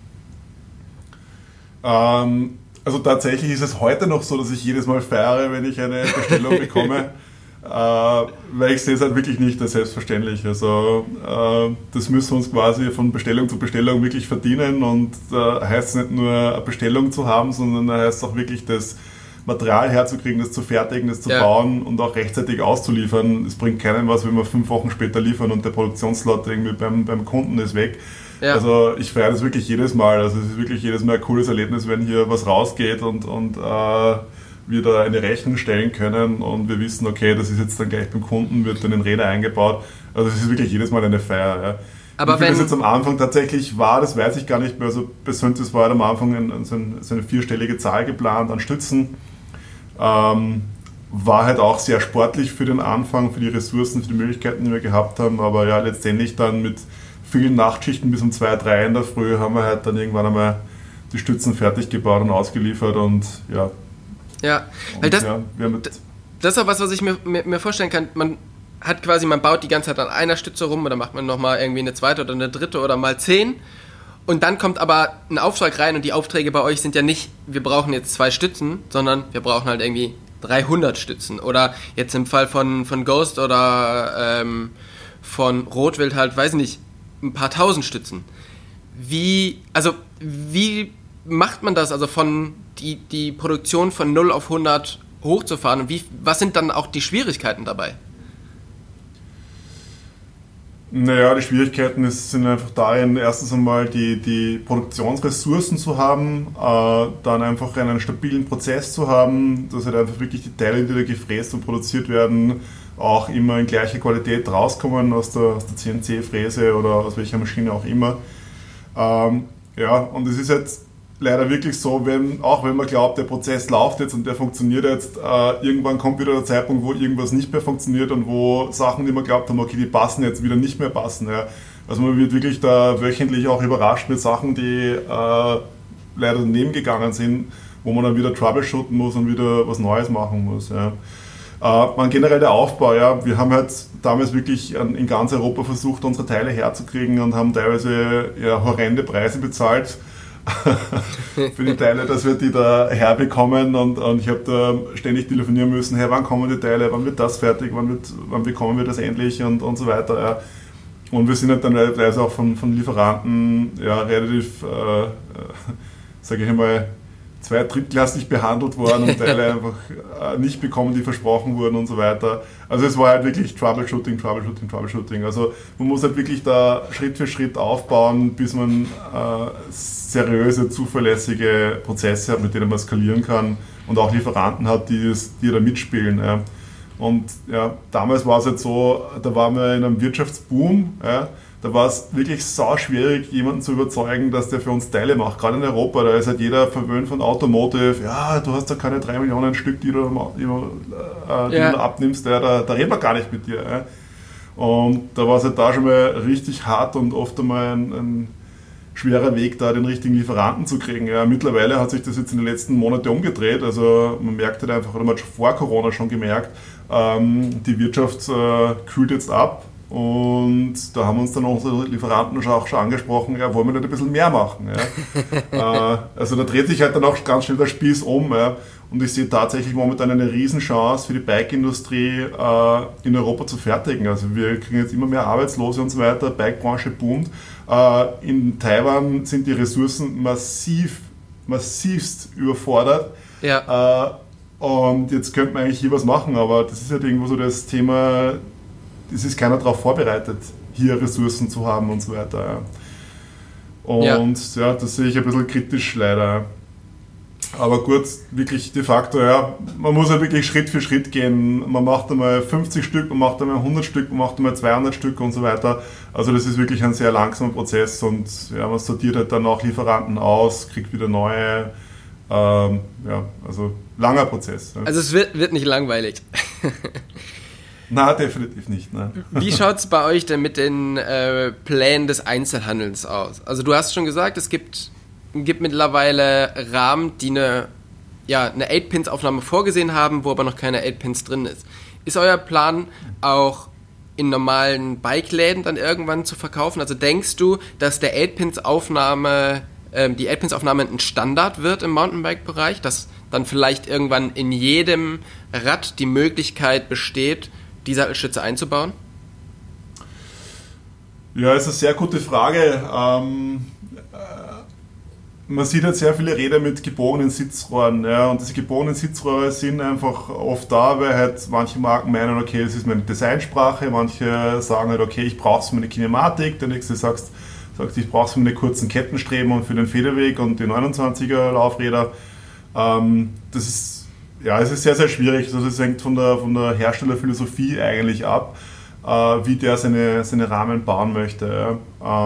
Also tatsächlich ist es heute noch so, dass ich jedes Mal feiere, wenn ich eine Bestellung bekomme, weil ich sehe es halt wirklich nicht als selbstverständlich. Also das müssen wir uns quasi von Bestellung zu Bestellung wirklich verdienen und heißt es nicht nur eine Bestellung zu haben, sondern heißt es auch wirklich das Material herzukriegen, das zu fertigen, das zu bauen und auch rechtzeitig auszuliefern. Es bringt keinen was, wenn wir 5 Wochen später liefern und der Produktionslot irgendwie beim Kunden ist weg. Ja. Also ich feiere das wirklich jedes Mal. Also es ist wirklich jedes Mal ein cooles Erlebnis, wenn hier was rausgeht und wir da eine Rechnung stellen können und wir wissen, okay, das ist jetzt dann gleich beim Kunden, wird dann in Räder eingebaut. Also es ist wirklich jedes Mal eine Feier. Ja. Aber wie das jetzt am Anfang tatsächlich war, das weiß ich gar nicht mehr. Also persönlich, das war halt am Anfang so eine 4-stellige Zahl geplant an Stützen. War halt auch sehr sportlich für den Anfang, für die Ressourcen, für die Möglichkeiten, die wir gehabt haben. Aber ja, letztendlich dann mit vielen Nachtschichten bis um 2, 3 in der Früh haben wir halt dann irgendwann einmal die Stützen fertig gebaut und ausgeliefert und ja. Ja, weil das ist auch was ich mir vorstellen kann. Man baut die ganze Zeit an einer Stütze rum oder macht man nochmal irgendwie eine zweite oder eine dritte oder mal 10 und dann kommt aber ein Auftrag rein und die Aufträge bei euch sind ja nicht, wir brauchen jetzt 2 Stützen, sondern wir brauchen halt irgendwie 300 Stützen oder jetzt im Fall von Ghost oder von Rotwild halt, weiß nicht, ein paar tausend Stützen. wie macht man das, also von die Produktion von 0 auf 100 hochzufahren und was sind dann auch die Schwierigkeiten dabei? Naja, die Schwierigkeiten sind einfach darin, erstens einmal die Produktionsressourcen zu haben, dann einfach einen stabilen Prozess zu haben, dass halt einfach wirklich die Teile, die da gefräst und produziert werden, auch immer in gleicher Qualität rauskommen aus der CNC-Fräse oder aus welcher Maschine auch immer. Ja, und es ist jetzt leider wirklich so, auch wenn man glaubt, der Prozess läuft jetzt und der funktioniert jetzt, irgendwann kommt wieder der Zeitpunkt, wo irgendwas nicht mehr funktioniert und wo Sachen, die man glaubt haben, okay, die passen jetzt wieder nicht mehr passen. Ja. Also man wird wirklich da wöchentlich auch überrascht mit Sachen, die leider daneben gegangen sind, wo man dann wieder troubleshooten muss und wieder was Neues machen muss. Ja. Generell der Aufbau, ja, wir haben halt damals wirklich in ganz Europa versucht, unsere Teile herzukriegen und haben teilweise horrende Preise bezahlt für die Teile, dass wir die da herbekommen und ich habe da ständig telefonieren müssen, hey, wann kommen die Teile, wann wird das fertig, wann bekommen wir das endlich und so weiter. Ja. Und wir sind halt dann teilweise auch von Lieferanten relativ, sage ich einmal, drittklassig behandelt worden und Teile einfach nicht bekommen, die versprochen wurden und so weiter. Also es war halt wirklich Troubleshooting. Also man muss halt wirklich da Schritt für Schritt aufbauen, bis man seriöse, zuverlässige Prozesse hat, mit denen man skalieren kann und auch Lieferanten hat, die da mitspielen. Ja. Und ja, damals war es halt so, da waren wir in einem Wirtschaftsboom, ja. Da war es wirklich sauschwierig, jemanden zu überzeugen, dass der für uns Teile macht. Gerade in Europa, da ist halt jeder verwöhnt von Automotive. Ja, du hast da keine 3 Millionen Stück, die du abnimmst. Ja, da reden wir gar nicht mit dir. Ja. Und da war es halt da schon mal richtig hart und oft einmal ein schwerer Weg, da den richtigen Lieferanten zu kriegen. Ja, mittlerweile hat sich das jetzt in den letzten Monaten umgedreht. Also man merkt halt einfach, oder man hat schon vor Corona schon gemerkt, die Wirtschaft kühlt jetzt ab. Und da haben uns dann unsere Lieferanten auch schon angesprochen, ja, wollen wir nicht ein bisschen mehr machen. Ja. Also da dreht sich halt dann auch ganz schnell der Spieß um. Ja. Und ich sehe tatsächlich momentan eine Riesenchance für die Bike-Industrie in Europa zu fertigen. Also wir kriegen jetzt immer mehr Arbeitslose und so weiter, Bike-Branche boomt. In Taiwan sind die Ressourcen massivst überfordert. Ja. Und jetzt könnte man eigentlich hier was machen, aber das ist halt irgendwo so das Thema, es ist keiner darauf vorbereitet, hier Ressourcen zu haben und so weiter. Und ja, das sehe ich ein bisschen kritisch leider. Aber gut, wirklich de facto, ja, man muss ja wirklich Schritt für Schritt gehen. Man macht einmal 50 Stück, man macht einmal 100 Stück, man macht einmal 200 Stück und so weiter. Also das ist wirklich ein sehr langsamer Prozess und ja, man sortiert halt dann auch Lieferanten aus, kriegt wieder neue. Also langer Prozess. Ja. Also es wird nicht langweilig. Na, definitiv nicht. Ne. Wie schaut es bei euch denn mit den Plänen des Einzelhandels aus? Also du hast schon gesagt, es gibt mittlerweile Rahmen, die eine 8-Pins-Aufnahme vorgesehen haben, wo aber noch keine 8-Pins drin ist. Ist euer Plan auch in normalen Bike-Läden dann irgendwann zu verkaufen? Also denkst du, dass die 8-Pins-Aufnahme ein Standard wird im Mountainbike-Bereich, dass dann vielleicht irgendwann in jedem Rad die Möglichkeit besteht, die Sattelstütze einzubauen? Ja, ist eine sehr gute Frage. Man sieht halt sehr viele Räder mit gebogenen Sitzrohren. Ja, und diese gebogenen Sitzrohre sind einfach oft da, weil halt manche Marken meinen, okay, das ist meine Designsprache. Manche sagen halt, okay, ich brauche es für meine Kinematik. Der nächste sagt, ich brauche es für meine kurzen Kettenstreben und für den Federweg und die 29er Laufräder. Es ist sehr, sehr schwierig. Also das hängt von der Herstellerphilosophie eigentlich ab, wie der seine Rahmen bauen möchte.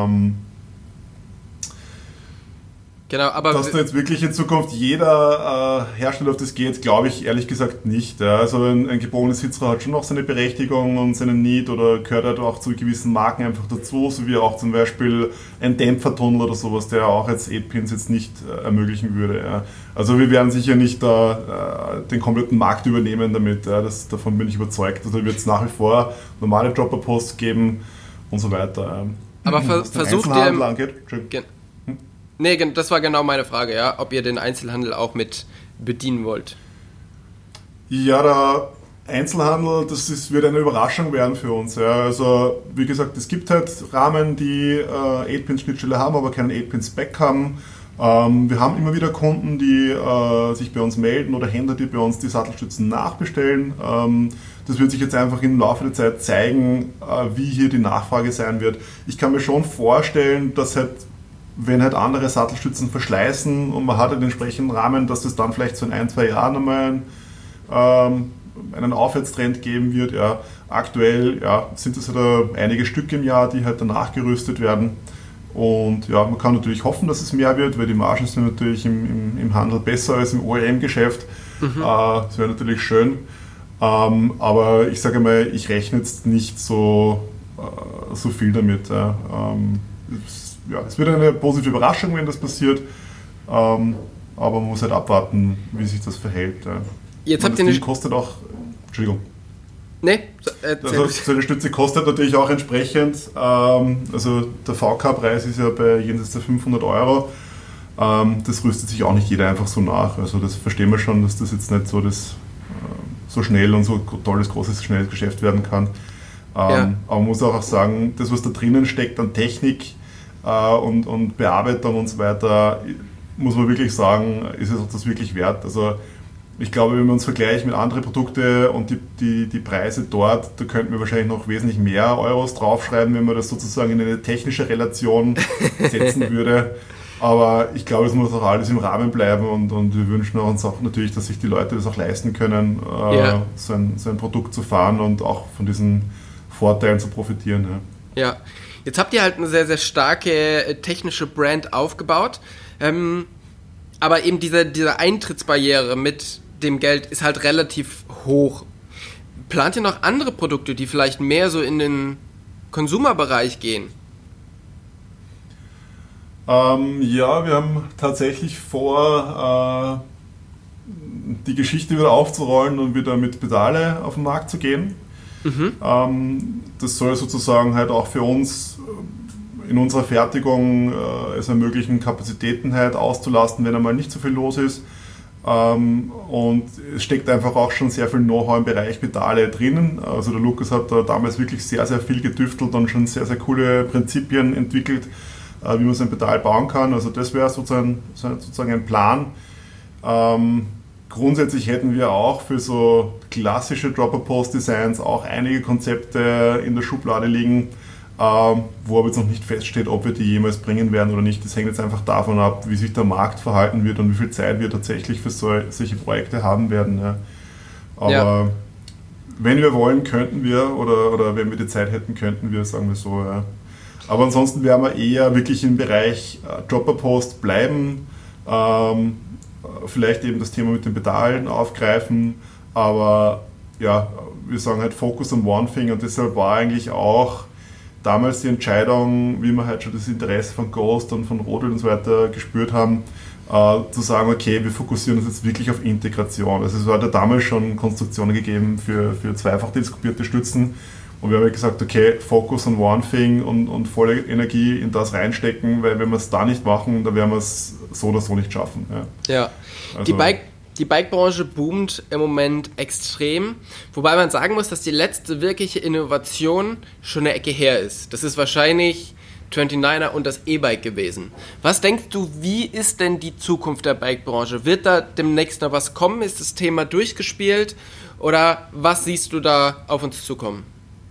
Genau, aber dass da jetzt wirklich in Zukunft jeder Hersteller auf das geht, glaube ich ehrlich gesagt nicht. Ja. Also ein gebogenes Sitzrohr hat schon noch seine Berechtigung und seinen Need oder gehört halt auch zu gewissen Marken einfach dazu, so wie auch zum Beispiel ein Dämpfertunnel oder sowas, der auch jetzt 8-Pins jetzt nicht ermöglichen würde. Ja. Also wir werden sicher nicht den kompletten Markt übernehmen damit, ja. Davon bin ich überzeugt. Also wird es nach wie vor normale Dropper-Posts geben und so weiter. Aber versucht ihr... Nee, das war genau meine Frage, ja, ob ihr den Einzelhandel auch mit bedienen wollt. Ja, Einzelhandel, wird eine Überraschung werden für uns. Ja. Also wie gesagt, es gibt halt Rahmen, die 8-Pin-Schnittstelle haben, aber keinen 8-Pin-Spec haben. Wir haben immer wieder Kunden, die sich bei uns melden oder Händler, die bei uns die Sattelstützen nachbestellen. Das wird sich jetzt einfach im Laufe der Zeit zeigen, wie hier die Nachfrage sein wird. Ich kann mir schon vorstellen, dass halt, wenn halt andere Sattelstützen verschleißen und man hat einen entsprechenden Rahmen, dass das dann vielleicht so in 1-2 Jahren einmal einen Aufwärtstrend geben wird. Ja. Aktuell sind es halt einige Stück im Jahr, die halt danach gerüstet werden. Und ja, man kann natürlich hoffen, dass es mehr wird, weil die Margen sind natürlich im Handel besser als im OEM-Geschäft. Das wäre natürlich schön. Aber ich sage mal, ich rechne jetzt nicht so viel damit. Es wird eine positive Überraschung, wenn das passiert. Aber man muss halt abwarten, wie sich das verhält. Jetzt habt ihr eine... kostet auch... Entschuldigung. Nee, also so eine Stütze kostet natürlich auch entsprechend. Also der VK-Preis ist ja bei jenseits der 500 Euro. Das rüstet sich auch nicht jeder einfach so nach. Also das verstehen wir schon, dass das jetzt nicht so so schnell und so tolles, großes, schnelles Geschäft werden kann. Aber man muss auch sagen, das, was da drinnen steckt an Technik und Bearbeitung und so weiter, muss man wirklich sagen, ist es auch das wirklich wert. Also ich glaube, wenn wir uns vergleichen mit anderen Produkten und die Preise dort, da könnten wir wahrscheinlich noch wesentlich mehr Euros draufschreiben, wenn man das sozusagen in eine technische Relation setzen würde. Aber ich glaube, es muss auch alles im Rahmen bleiben und wir wünschen uns auch natürlich, dass sich die Leute das auch leisten können, so ein Produkt zu fahren und auch von diesen Vorteilen zu profitieren. Ja, jetzt habt ihr halt eine sehr, sehr starke technische Brand aufgebaut, aber eben diese Eintrittsbarriere mit dem Geld ist halt relativ hoch. Plant ihr noch andere Produkte, die vielleicht mehr so in den Consumer-Bereich gehen? Wir haben tatsächlich vor, die Geschichte wieder aufzurollen und wieder mit Pedale auf den Markt zu gehen. Das soll sozusagen halt auch für uns in unserer Fertigung es ermöglichen, Kapazitäten halt auszulasten, wenn einmal nicht so viel los ist. Und es steckt einfach auch schon sehr viel Know-how im Bereich Pedale drinnen. Also der Lukas hat da damals wirklich sehr, sehr viel getüftelt und schon sehr, sehr coole Prinzipien entwickelt, wie man so ein Pedal bauen kann. Also das wäre sozusagen ein Plan. Grundsätzlich hätten wir auch für so klassische Dropper-Post-Designs auch einige Konzepte in der Schublade liegen, wo aber jetzt noch nicht feststeht, ob wir die jemals bringen werden oder nicht. Das hängt jetzt einfach davon ab, wie sich der Markt verhalten wird und wie viel Zeit wir tatsächlich für solche Projekte haben werden. Ja. Aber wenn wir wollen, könnten wir, oder wenn wir die Zeit hätten, könnten wir, sagen wir so. Ja. Aber ansonsten werden wir eher wirklich im Bereich Dropper-Post bleiben, vielleicht eben das Thema mit den Pedalen aufgreifen, aber ja, wir sagen halt Focus on One Thing und deshalb war eigentlich auch damals die Entscheidung, wie wir halt schon das Interesse von Ghost und von Rodel und so weiter gespürt haben, zu sagen, okay, wir fokussieren uns jetzt wirklich auf Integration. Also es hat ja damals schon Konstruktionen gegeben für zweifach teleskopierte Stützen und wir haben ja gesagt, okay, Focus on One Thing und volle Energie in das reinstecken, weil wenn wir es da nicht machen, dann werden wir es so oder so nicht schaffen. Ja. Also, die Bike-Branche boomt im Moment extrem, wobei man sagen muss, dass die letzte wirkliche Innovation schon eine Ecke her ist. Das ist wahrscheinlich 29er und das E-Bike gewesen. Was denkst du, wie ist denn die Zukunft der Bike-Branche? Wird da demnächst noch was kommen? Ist das Thema durchgespielt? Oder was siehst du da auf uns zukommen?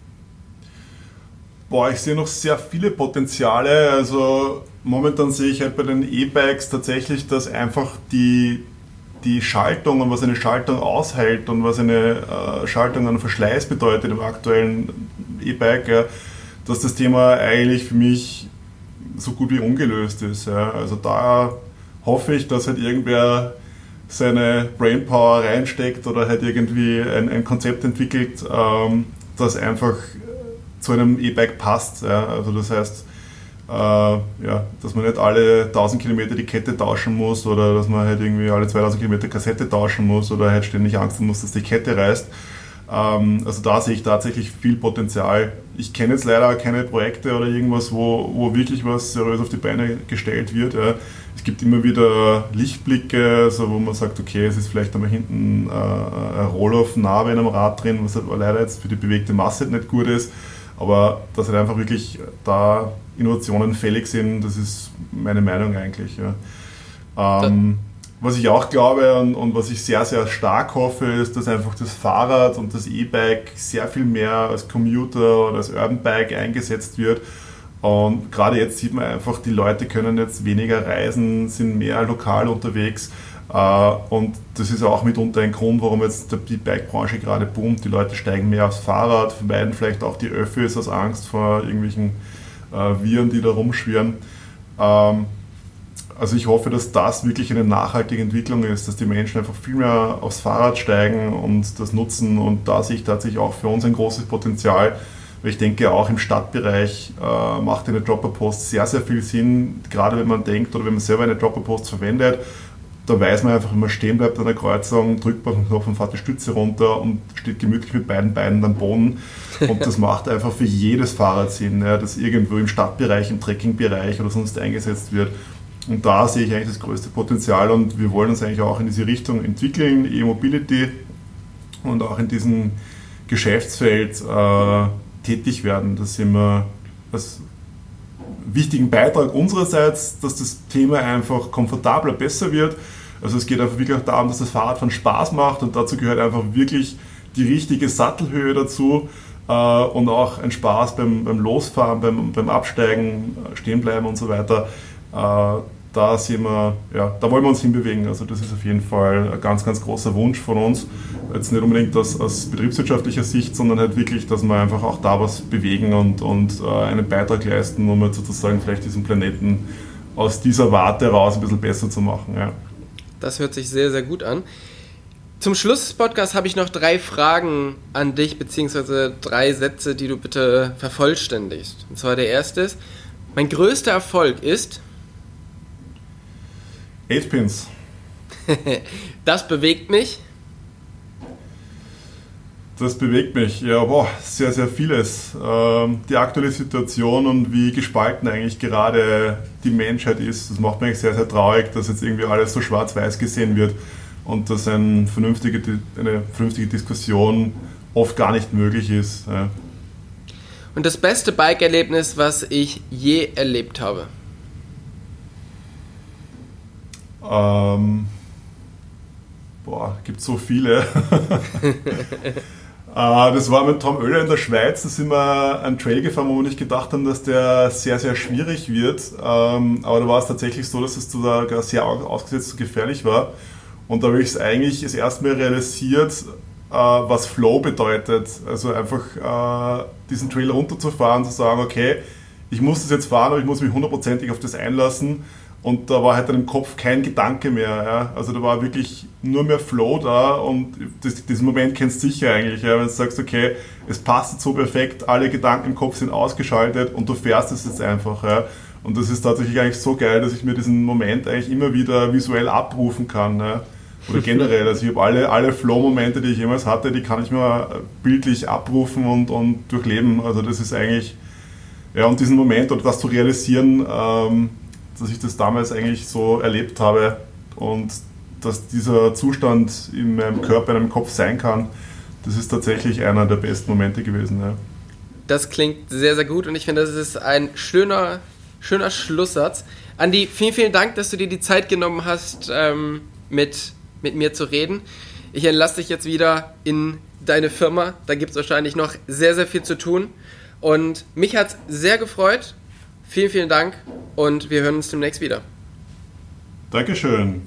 Ich sehe noch sehr viele Potenziale. Also momentan sehe ich halt bei den E-Bikes tatsächlich, dass einfach die Schaltung und was eine Schaltung aushält und was eine Schaltung an Verschleiß bedeutet im aktuellen E-Bike, ja, dass das Thema eigentlich für mich so gut wie ungelöst ist. Ja. Also da hoffe ich, dass halt irgendwer seine Brainpower reinsteckt oder halt irgendwie ein Konzept entwickelt, das einfach zu einem E-Bike passt. Ja. Also das heißt, dass man nicht alle 1000 Kilometer die Kette tauschen muss oder dass man halt irgendwie alle 2000 Kilometer Kassette tauschen muss oder halt ständig Angst haben muss, dass die Kette reißt. Also da sehe ich tatsächlich viel Potenzial. Ich kenne jetzt leider keine Projekte oder irgendwas, wo wirklich was seriös auf die Beine gestellt wird. Ja. Es gibt immer wieder Lichtblicke, also wo man sagt, okay, es ist vielleicht einmal hinten ein Roll-off-Narbe in einem Rad drin, was halt leider jetzt für die bewegte Masse nicht gut ist. Aber dass halt einfach wirklich da Innovationen fällig sind, das ist meine Meinung eigentlich. Ja. Was ich auch glaube und was ich sehr, sehr stark hoffe, ist, dass einfach das Fahrrad und das E-Bike sehr viel mehr als Commuter oder als Urban Bike eingesetzt wird. Und gerade jetzt sieht man einfach, die Leute können jetzt weniger reisen, sind mehr lokal unterwegs. Und das ist auch mitunter ein Grund, warum jetzt die Bike-Branche gerade boomt. Die Leute steigen mehr aufs Fahrrad, vermeiden vielleicht auch die Öffis aus Angst vor irgendwelchen Viren, die da rumschwirren. Also ich hoffe, dass das wirklich eine nachhaltige Entwicklung ist, dass die Menschen einfach viel mehr aufs Fahrrad steigen und das nutzen. Und da sehe ich tatsächlich auch für uns ein großes Potenzial. Weil ich denke, auch im Stadtbereich macht eine Dropper-Post sehr, sehr viel Sinn. Gerade wenn man denkt oder wenn man selber eine Dropper-Post verwendet, da weiß man einfach, wenn man stehen bleibt an der Kreuzung, drückt man auf den Knopf und fährt die Stütze runter und steht gemütlich mit beiden Beinen am Boden. Und das macht einfach für jedes Fahrrad Sinn, ja, das irgendwo im Stadtbereich, im Trekkingbereich oder sonst eingesetzt wird. Und da sehe ich eigentlich das größte Potenzial und wir wollen uns eigentlich auch in diese Richtung entwickeln, E-Mobility, und auch in diesem Geschäftsfeld tätig werden. Das sehen wir als wichtigen Beitrag unsererseits, dass das Thema einfach komfortabler, besser wird. Also es geht einfach wirklich auch darum, dass das Fahrradfahren Spaß macht und dazu gehört einfach wirklich die richtige Sattelhöhe dazu und auch ein Spaß beim Losfahren, beim Absteigen, Stehenbleiben und so weiter. Da sehen wir, ja, da wollen wir uns hinbewegen. Also das ist auf jeden Fall ein ganz, ganz großer Wunsch von uns. Jetzt nicht unbedingt aus betriebswirtschaftlicher Sicht, sondern halt wirklich, dass wir einfach auch da was bewegen und einen Beitrag leisten, um halt sozusagen vielleicht diesen Planeten aus dieser Warte raus ein bisschen besser zu machen. Ja. Das hört sich sehr, sehr gut an. Zum Schluss des Podcasts habe ich noch 3 Fragen an dich, beziehungsweise 3 Sätze, die du bitte vervollständigst. Und zwar der erste ist: Mein größter Erfolg ist... 8-Pins. Das bewegt mich. Das bewegt mich, ja, sehr, sehr vieles. Die aktuelle Situation und wie gespalten eigentlich gerade die Menschheit ist, das macht mich eigentlich sehr, sehr traurig, dass jetzt irgendwie alles so schwarz-weiß gesehen wird und dass eine vernünftige Diskussion oft gar nicht möglich ist. Ja. Und das beste Bike-Erlebnis, was ich je erlebt habe? Gibt so viele. Das war mit Tom Oehler in der Schweiz. Da sind wir einen Trail gefahren, wo wir nicht gedacht haben, dass der sehr, sehr schwierig wird. Aber da war es tatsächlich so, dass es sogar sehr ausgesetzt und gefährlich war. Und da habe ich es eigentlich das erste Mal realisiert, was Flow bedeutet. Also einfach diesen Trail runterzufahren, zu sagen, okay, ich muss das jetzt fahren, aber ich muss mich 100%ig auf das einlassen. Und da war halt dann im Kopf kein Gedanke mehr. Ja. Also da war wirklich nur mehr Flow da und diesen Moment kennst du sicher eigentlich, ja, wenn du sagst, okay, es passt jetzt so perfekt, alle Gedanken im Kopf sind ausgeschaltet und du fährst es jetzt einfach. Ja. Und das ist tatsächlich eigentlich so geil, dass ich mir diesen Moment eigentlich immer wieder visuell abrufen kann. Ja. Oder generell, also ich habe alle Flow-Momente, die ich jemals hatte, die kann ich mir bildlich abrufen und durchleben. Also das ist eigentlich, ja, und diesen Moment oder das zu realisieren, dass ich das damals eigentlich so erlebt habe und dass dieser Zustand in meinem Körper, in meinem Kopf sein kann, das ist tatsächlich einer der besten Momente gewesen. Ja. Das klingt sehr, sehr gut und ich finde, das ist ein schöner Schlusssatz. Andi, vielen, vielen Dank, dass du dir die Zeit genommen hast, mit mir zu reden. Ich entlasse dich jetzt wieder in deine Firma. Da gibt es wahrscheinlich noch sehr, sehr viel zu tun. Und mich hat es sehr gefreut. Vielen, vielen Dank und wir hören uns demnächst wieder. Dankeschön.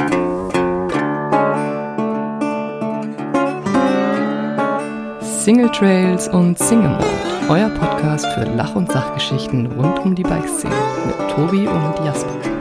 Single Trails und Single Mode, euer Podcast für Lach- und Sachgeschichten rund um die Bikeszene mit Tobi und Jasper.